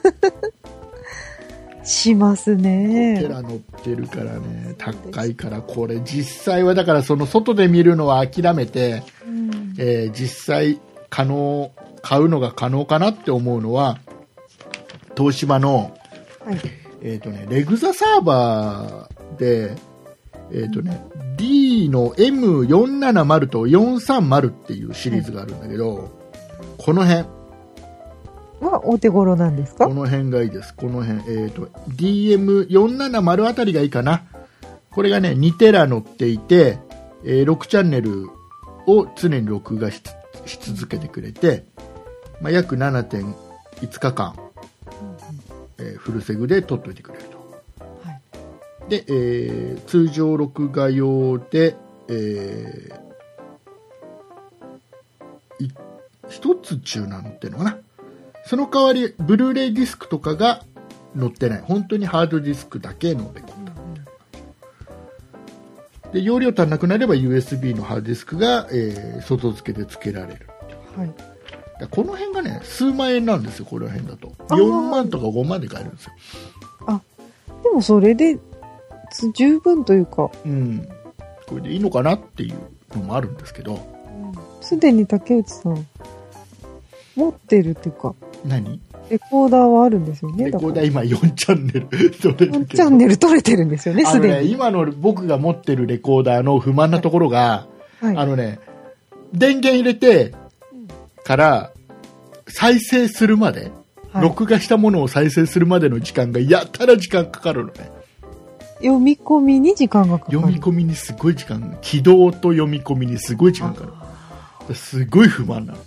しますね。 5テラ乗ってるからね、高いから、これ実際はだからその外で見るのは諦めて、実際買うのが可能かなって思うのは、東芝の、レグザサーバーで、D の M470 と430っていうシリーズがあるんだけど、この辺はお手頃なんですか？ この辺がいいです。この辺、DM470 あたりがいいかな。これがね、2テラ乗っていて、6チャンネルを常に録画し続けてくれて、約 7.5 日間、フルセグで撮っといてくれると。はい、で、通常録画用で、一つ中なのってのかな。その代わりブルーレイディスクとかが載ってない、本当にハードディスクだけのレコーダーみたいな。 で容量足んなくなれば USB のハードディスクが、外付けで付けられる。 はい。 この辺がね、数万円なんですよ、この辺だと。4万とか5万で買えるんですよ。 あ、でもそれで十分というか。 うん。これでいいのかなっていうのもあるんですけど。 すでに竹内さん、持ってるっていうか。 何？ レコーダーはあるんですよね。 レコーダー今4チャンネル撮れるけど。 4チャンネル撮れてるんですよね、すでに。 今の僕が持ってるレコーダーの不満なところが、 はい、 電源入れてから再生するまで、はい、録画したものを再生するまでの時間がやたら時間かかるのね。 読み込みに時間がかかる。 読み込みにすごい時間、起動と読み込みにすごい時間かかる。すごい不満なの。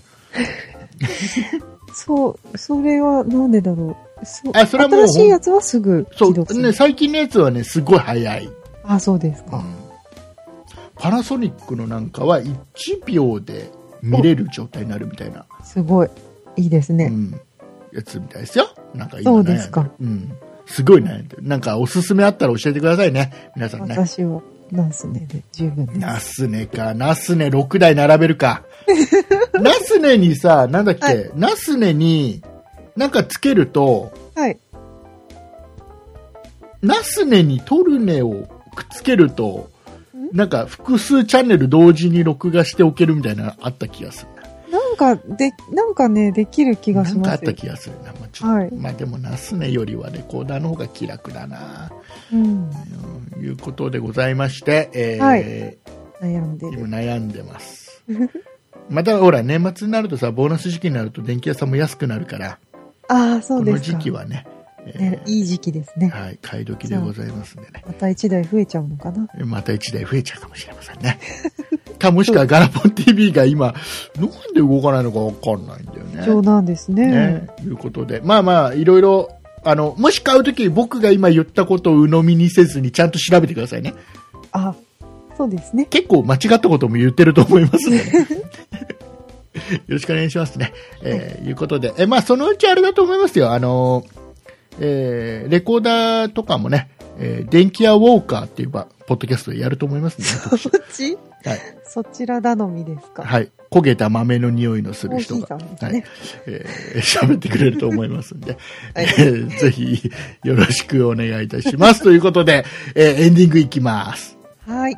そう、 それはなんでだろう。 それはもう新しいやつはすぐ起動する。 そうね、最近のやつはね、すごい早い。 あ、そうですか。 パナソニックのなんかは1秒で見れる状態になるみたいな。 すごい。いいですね。 やつみたいですよ。なんか今ね。 そうですか。 すごい悩んでる。なんかおすすめあったら教えてくださいね。皆さんね。 私はナスネで十分です。 ナスネか。ナスネ6台並べるか。ナスネにさ、なんだっけ、はい、ナスネになんかつけると、 はい。 ナスネにトルネをくっつけると、なんか複数チャンネル同時に録画しておけるみたいなのあった気がする。 なんかね、できる気がしますよ。 なんかあった気がするな。はい、まあでもナスネよりはレコーダーの方が気楽だな。いうことでございまして、 はい、悩んでます。またほら年末になるとさ、ボーナス時期になると電気屋さんも安くなるから。 ああ、そうですか。 この時期はね。 いい時期ですね。 はい、買い時でございますんでね。 また1台増えちゃうのかな。 また1台増えちゃうかもしれませんね。かもしくはガラポン TV が今なんで動かないのか分かんないんだよね。 そうなんですね。 ということで、まあまあいろいろもし買うとき僕が今言ったことを鵜呑みにせずにちゃんと調べてくださいね。 あ、そうですね。 結構間違ったことも言ってると思いますので、ね。よろしくお願いしますね。いうことで、まあそのうちあれだと思いますよ。レコーダーとかもね、電気屋ウォーカーっていうポッドキャストでやると思いますね。 そっち？はい。そちら頼みですか？ はい。焦げた豆の匂いのする人が、ね、はい。喋ってくれると思いますんで、はい、ぜひよろしくお願いいたします。ということで、エンディングいきます。 はい。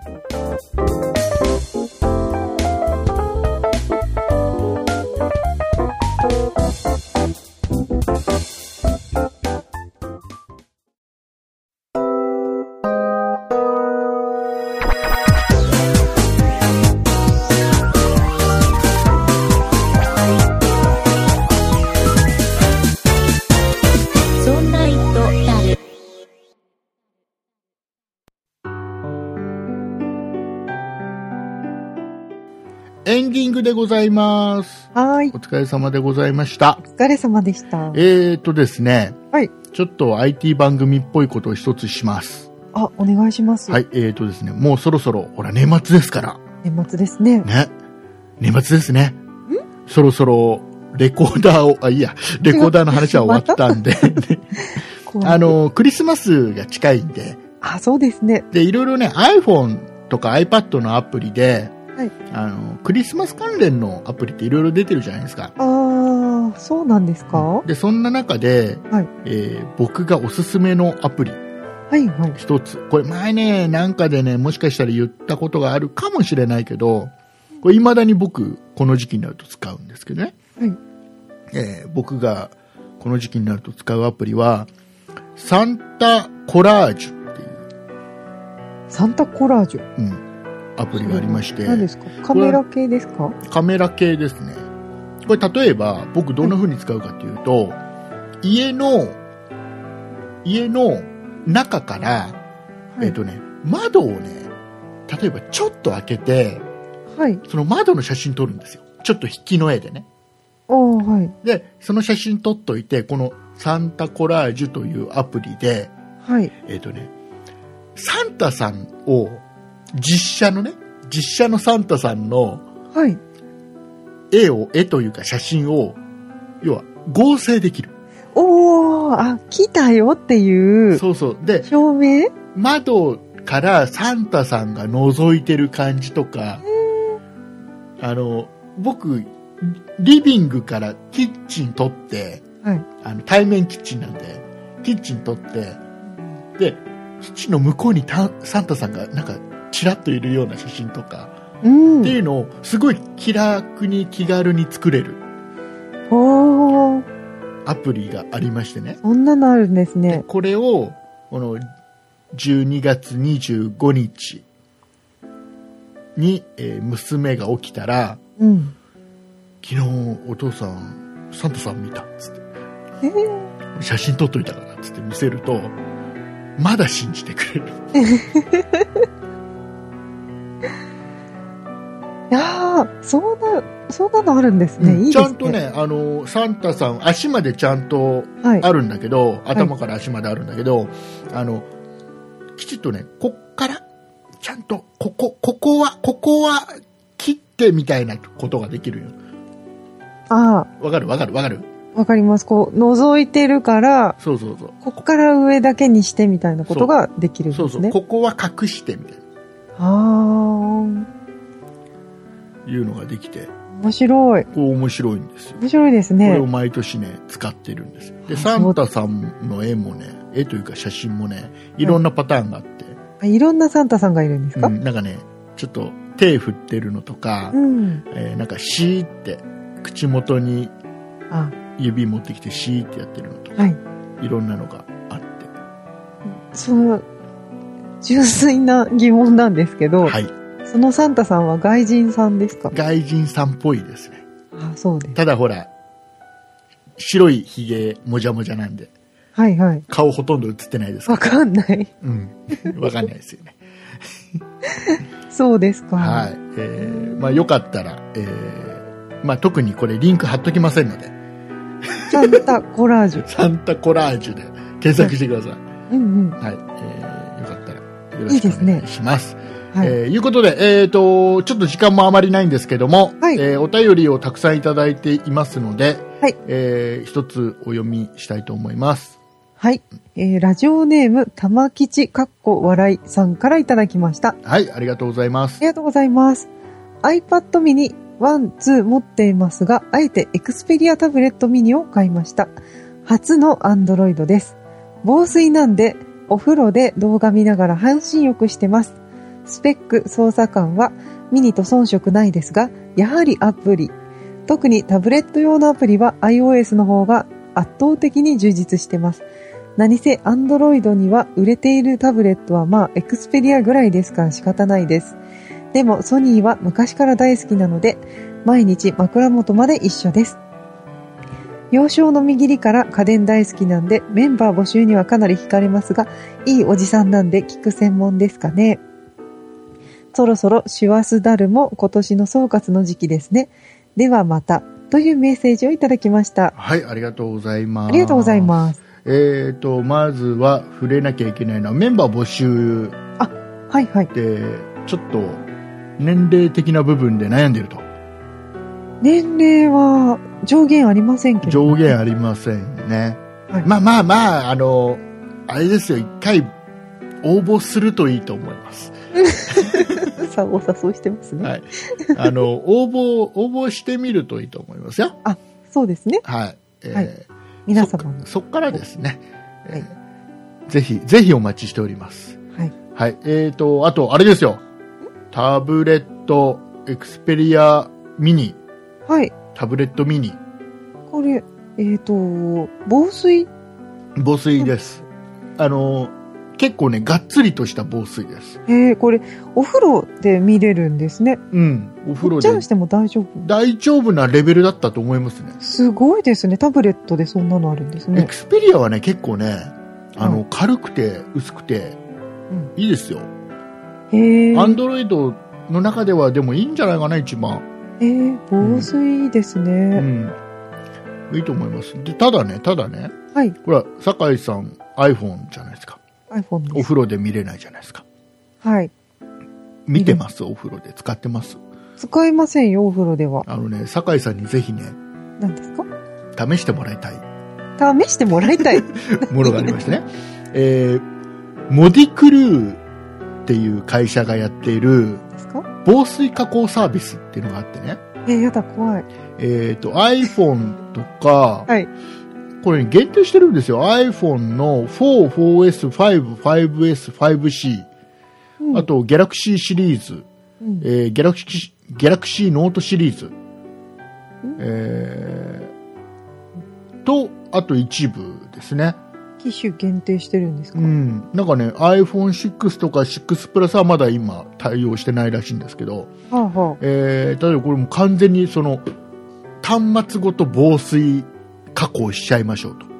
エンディングでございます。 はい。 お疲れ様でございました。 お疲れ様でした。 ですね。 はい。 ちょっと IT 番組っぽいことを一つします。 あ、お願いします。 はい。ですね。もうそろそろ、ほら、年末ですから。 年末ですね。 ね。年末ですね。そろそろ、レコーダーを、レコーダーの話は終わったんで、クリスマスが近いんで。 あ、そうですね。 で、いろいろね、iPhone とか iPad のアプリで、 はい、 クリスマス関連のアプリっていろいろ出てるじゃないですか。 ああ、そうなんですか？ で、そんな中で、 はい、 僕がおすすめのアプリ、 はいはい。 一つ。これ前ね、なんかでね、もしかしたら言ったことがあるかもしれないけど、これ未だに僕、この時期になると使うんですけどね。 はい。 僕がこの時期になると使うアプリは、サンタコラージュっていう。 サンタコラージュ？ うん。アプリがありまして。 何ですか？カメラ系ですか？ カメラ系ですね。これ例えば僕どんな風に使うかというと、家の中から、はい、窓をね、例えばちょっと開けて、 はい、 その窓の写真撮るんですよ。ちょっと引きの絵でね。 はい。 で、その写真撮っといて、このサンタコラージュというアプリで、 はい。 サンタさんを実写のサンタさんの絵というか写真を要は合成できる。 来たよっていう。 そうそう。で、 証明？ 窓からサンタさんが覗いてる感じとか、僕リビングからキッチン撮って、はい、対面キッチンなんでキッチン撮って、でキッチンの向こうにサンタさんがなんかチラッといるような写真とか、っていうのをすごい気楽に気軽に作れるアプリがありましてね。 そんなのあるんですね。 これをこの12月25日に、娘が起きたら、昨日お父さんサンタさん見たっつって、写真撮っといたからっつって見せるとまだ信じてくれる。 いやー、そんなのあるんですね。いいですね。 ちゃんとね、サンタさん足までちゃんとあるんだけど、はい、頭から足まであるんだけど、きちっとね、こっからちゃんとここは切ってみたいなことができるよ。ああ、わかる。 わかります。こう覗いてるから、 そう。 ここから上だけにしてみたいなことができるんですね。 そう。ここは隠してみたいな。いうのができて。 面白い。 面白いんですよ。 面白いですね。 これを毎年ね使ってるんですよ。でサンタさんの絵もね、絵というか写真もね、いろんなパターンがあって。 いろんなサンタさんがいるんですか？ なんかね、ちょっと手振ってるのとか、なんかシーって口元に指持ってきてシーってやってるのとか、いろんなのがあって。 その純粋な疑問なんですけど、はい、そのサンタさんは外人さんですか？ 外人さんっぽいですね。 そうです。 ただほら、白いひげもじゃもじゃなんで、はいはい、顔ほとんど映ってないですから。 わかんない。 わかんないですよね。 そうですか。 はい。まあよかったら、まあ特にこれリンク貼っときませんので。 サンタコラージュ。 サンタコラージュで検索してください。はい。よかったらよろしくお願いします。はい、いうことで、ちょっと時間もあまりないんですけども、はい、お便りをたくさんいただいていますので、はい、一つお読みしたいと思います。 はい。ラジオネーム、玉吉かっこ笑いさんからいただきました。 はい、ありがとうございます。 ありがとうございます。iPad mini 1、2持っていますが、あえて Xperia タブレット mini を買いました。初の Android です。防水なんで、お風呂で動画見ながら半身浴してます。スペック、操作感はミニと遜色ないですが、やはりアプリ。特にタブレット用のアプリは iOS の方が圧倒的に充実してます。何せ Android には売れているタブレットはまあ Xperia ぐらいですから仕方ないです。でもソニーは昔から大好きなので、毎日枕元まで一緒です。幼少の右利から家電大好きなんで、メンバー募集にはかなり惹かれますが、いいおじさんなんで聞く専門ですかね。そろそろ師走だるも今年の総括の時期ですね。ではまたというメッセージをいただきました。 はい、ありがとうございます。 ありがとうございます。 まずは触れなきゃいけないのはメンバー募集。 はいはい。 で、ちょっと年齢的な部分で悩んでると。 年齢は上限ありませんけど、 上限ありませんね。はい、まあ、あれですよ、一回応募するといいと思います。 さあ、お誘いしてますね。 はい。応募してみるといいと思いますよ。 そうですね。 はい。 はい、皆様の。 そっからですね。はい。ぜひお待ちしております。はい。はい。あと、あれですよ。タブレット、エクスペリアミニ。 はい。 タブレットミニ。 これ、防水です。結構ね、がっつりとした防水です。 これ、お風呂で見れるんですね。 お風呂で。 ジャンしても大丈夫？ 大丈夫なレベルだったと思いますね。 すごいですね。タブレットでそんなのあるんですね。 エクスペリアはね、結構ね、軽くて、薄くて、いいですよ。アンドロイドの中ではでもいいんじゃないかな、一番。 防水ですね。 いいと思います。で、ただね。はい。ほら、酒井さん、iPhone じゃないですか。 iPhone です。 お風呂で見れないじゃないですか。 はい。 見てます？お風呂で使ってます？ 使いませんよ、お風呂では。 酒井さんにぜひね。 何ですか？ 試してもらいたい。 試してもらいたいものがありましてね。モディクルーっていう会社がやっている防水加工サービスっていうのがあってね。 やだ、怖い。 iPhone とか、 はい。 これに限定してるんですよ。iPhone の4、4S、5、5S、5C、あと Galaxy シリーズ、Galaxy Note シリーズ、と、あと一部ですね。 機種限定してるんですか？ なんかね、iPhone6 とか6プラスはまだ今対応してないらしいんですけど、例えばこれも完全にその端末ごと防水加工しちゃいましょうと。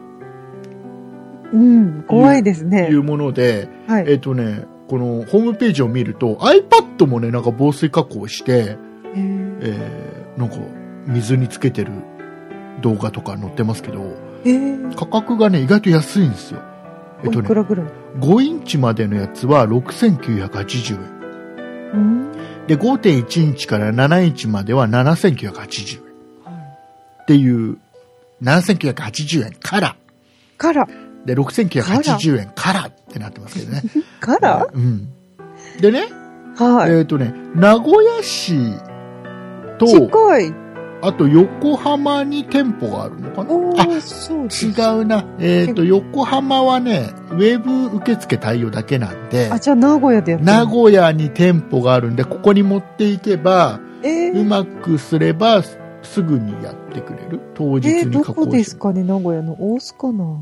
怖いですね。 いうもので、 はい、 このホームページを見ると iPad もね、なんか防水加工して、なんか水につけてる動画とか載ってますけど、価格がね、意外と安いんですよ。 いくらぐらい ？5インチまでのやつは6980円。で、5.1 インチから7インチまでは7980円。っていう、7980円から。で、6980円からってなってますけどね。 からでね、名古屋市と、 近い。 あと横浜に店舗があるのかな。 そう違うな。横浜はね、ウェブ受付対応だけなんで。 じゃあ名古屋でやってる。 名古屋に店舗があるんで、ここに持っていけば、うまくすればすぐにやってくれる。当日に加工して。 どこですかね、名古屋の大須かな。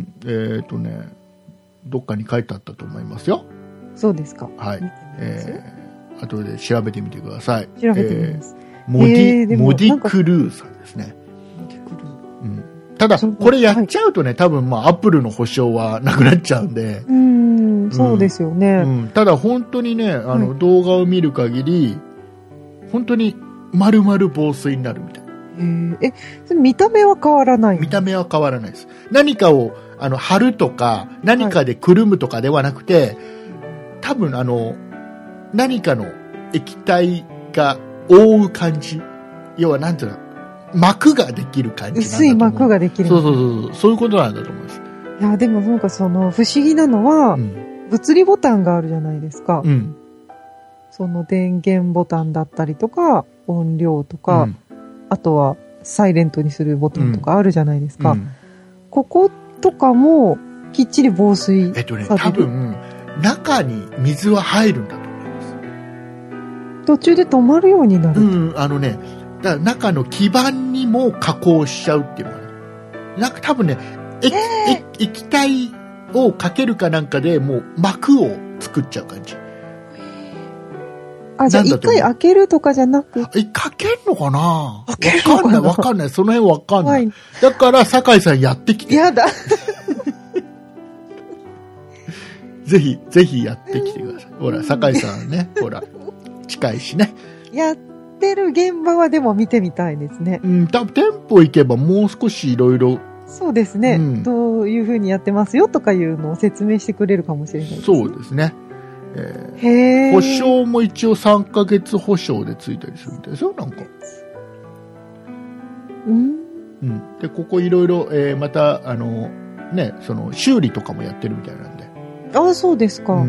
どっかに書いてあったと思いますよ。 そうですか。 はい。後で調べてみてください。 調べてみます。 モディクルーさんですね。ただ、これやっちゃうとね、多分アップルの保証はなくなっちゃうんで。 そうですよね。 ただ本当にね、動画を見る限り、本当に丸々防水になるみたいな。 見た目は変わらない？ 見た目は変わらないです。何かを、貼るとか、何かでくるむとかではなくて、多分何かの液体が覆う感じ。要はなんていうの、膜ができる感じなんだと思う。薄い膜ができる。 そういうことなんだと思います。 いや、でもなんか不思議なのは、物理ボタンがあるじゃないですか。その電源ボタンだったりとか、音量とか、あとはサイレントにするボタンとかあるじゃないですか。こことかもきっちり防水される。 多分、中に水は入るんだと思います。 途中で止まるようになる。 だから中の基板にも加工しちゃうっていうのかな。なんか多分ね、液体をかけるかなんかでもう膜を作っちゃう感じ。 じゃあ一回開けるとかじゃなくて。 かけるのかな？わかんない。その辺わかんない。だから、酒井さんやってきて。 やだ。 ぜひやってきてください。ほら、酒井さんね、ほら、近いしね。 やってる現場はでも見てみたいですね。 多分店舗行けばもう少しいろいろ。 そうですね、どういう風にやってますよとかいうのを説明してくれるかもしれないですね。 そうですね。保証も一応3ヶ月保証でついたりするみたいですよ、なんか。で、ここいろいろ、また、その修理とかもやってるみたいなんで。 そうですか。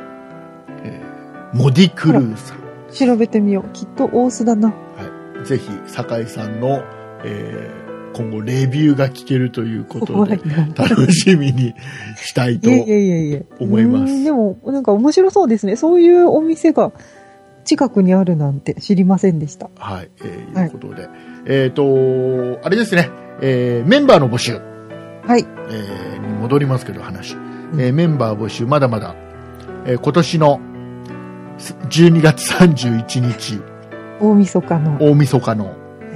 モディクルーさん。 調べてみよう。きっと大須だな。 ぜひ、酒井さんの、今後レビューが聞けるということで楽しみにしたいと思います。 でもなんか面白そうですね。そういうお店が近くにあるなんて知りませんでした。 はい、いうことで、あれですね、メンバーの募集、に戻りますけど話、メンバー募集まだまだ、今年の12月31日大晦日の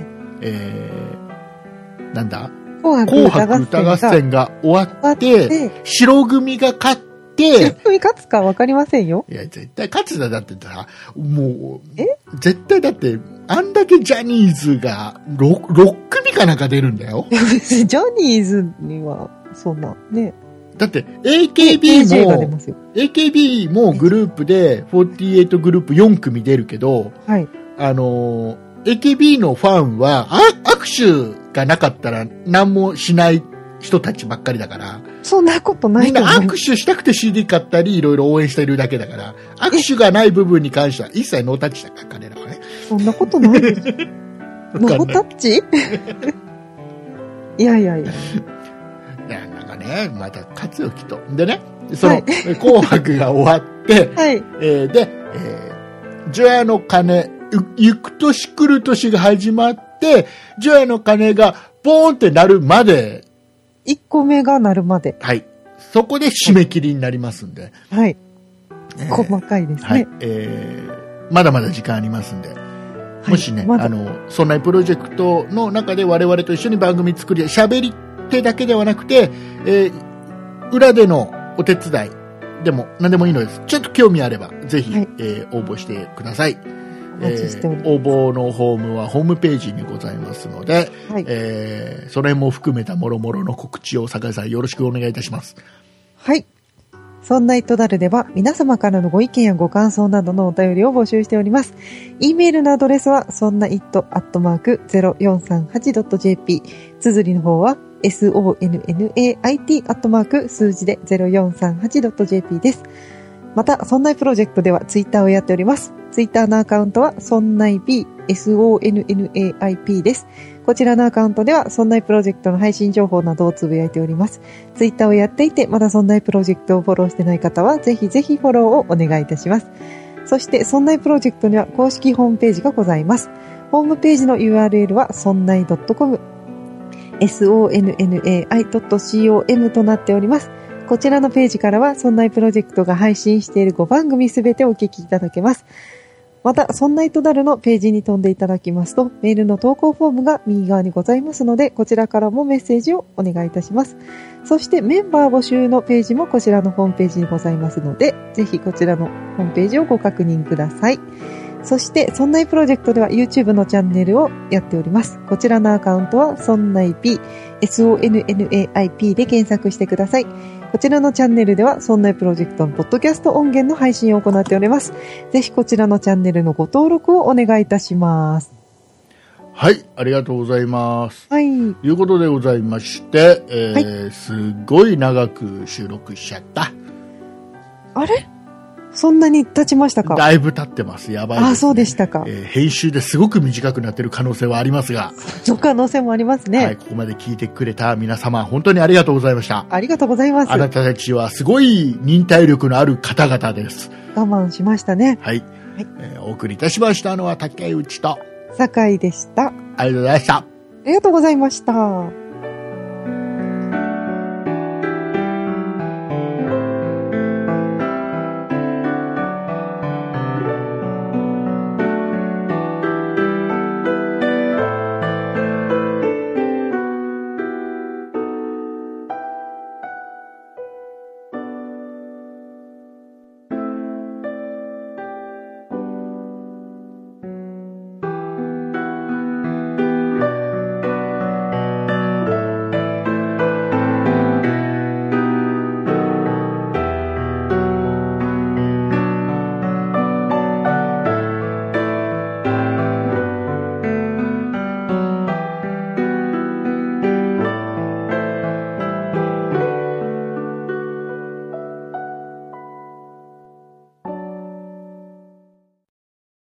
なんだ紅白歌合戦が終わって、白組が勝って、 白組勝つか分かりませんよ。 いや、絶対勝つだ。だってさ、もう、絶対だって、あんだけジャニーズが6組かなんか出るんだよ。 いや、別にジャニーズには、そんな、ね。 だって、AKB もグループで、48グループ4組出るけど、AKB のファンは、握手がなかったら何もしない人たちばっかりだから。 そんなことないと思う。 みんな握手したくて CD 買ったり、いろいろ応援しているだけだから、握手がない部分に関しては一切ノータッチだから、彼らはね。 そんなことないです。ノータッチいや。 なんかね、また勝つよ、きっと。でね、その、紅白が終わって、 はい。 で、除夜の鐘、行く年来る年が始まって、除夜の鐘がポーンって鳴るまで、 1個目が鳴るまで。 はい。そこで締め切りになりますんで。 はい。細かいですね。はい。 まだまだ時間ありますんで。もしね、そんなプロジェクトの中で我々と一緒に番組作り、喋り手だけではなくて、裏でのお手伝いでも何でもいいのです。ちょっと興味あれば、ぜひ、応募してください。 お待ちしております。 応募のフォームはホームページにございますので、はい、それも含めたもろもろの告知を酒井さんよろしくお願いいたします。 はい。そんなイットダルでは皆様からのご意見やご感想などのお便りを募集しております。e メールのアドレスはそんな it@0438.jp、 綴りの方は sonnait 数字で 0438.jp です。また、そんないプロジェクトではツイッターをやっております。ツイッターのアカウントはそんない p、sonnaip です。こちらのアカウントではそんないプロジェクトの配信情報などをつぶやいております。ツイッターをやっていて、まだそんないプロジェクトをフォローしてない方は、ぜひぜひフォローをお願いいたします。そして、そんないプロジェクトには公式ホームページがございます。ホームページの URL はそんない .com、sonnai.com となっております。こちらのページからは、そんないプロジェクトが配信している5番組すべてお聞きいただけます。また、そんないとだるのページに飛んでいただきますと、メールの投稿フォームが右側にございますので、こちらからもメッセージをお願いいたします。そして、メンバー募集のページもこちらのホームページにございますので、ぜひこちらのホームページをご確認ください。そして、そんないプロジェクトでは YouTube のチャンネルをやっております。こちらのアカウントは、そんない P、SONNAIP で検索してください。こちらのチャンネルでは、そんないプロジェクトのポッドキャスト音源の配信を行っております。ぜひこちらのチャンネルのご登録をお願いいたします。 はい、ありがとうございます。 はい。 ということでございまして、はい、すごい長く収録しちゃった。 あれ？そんなに経ちましたか？ だいぶ経ってます。やばいですね。 あ、そうでしたか。 編集ですごく短くなっている可能性はありますが。 その可能性もありますね。 はい、ここまで聞いてくれた皆様、本当にありがとうございました。 ありがとうございます。 あなたたちはすごい忍耐力のある方々です。 我慢しましたね。 はい。はい、お送りいたしましたのは竹内と酒井でした。 ありがとうございました。 ありがとうございました。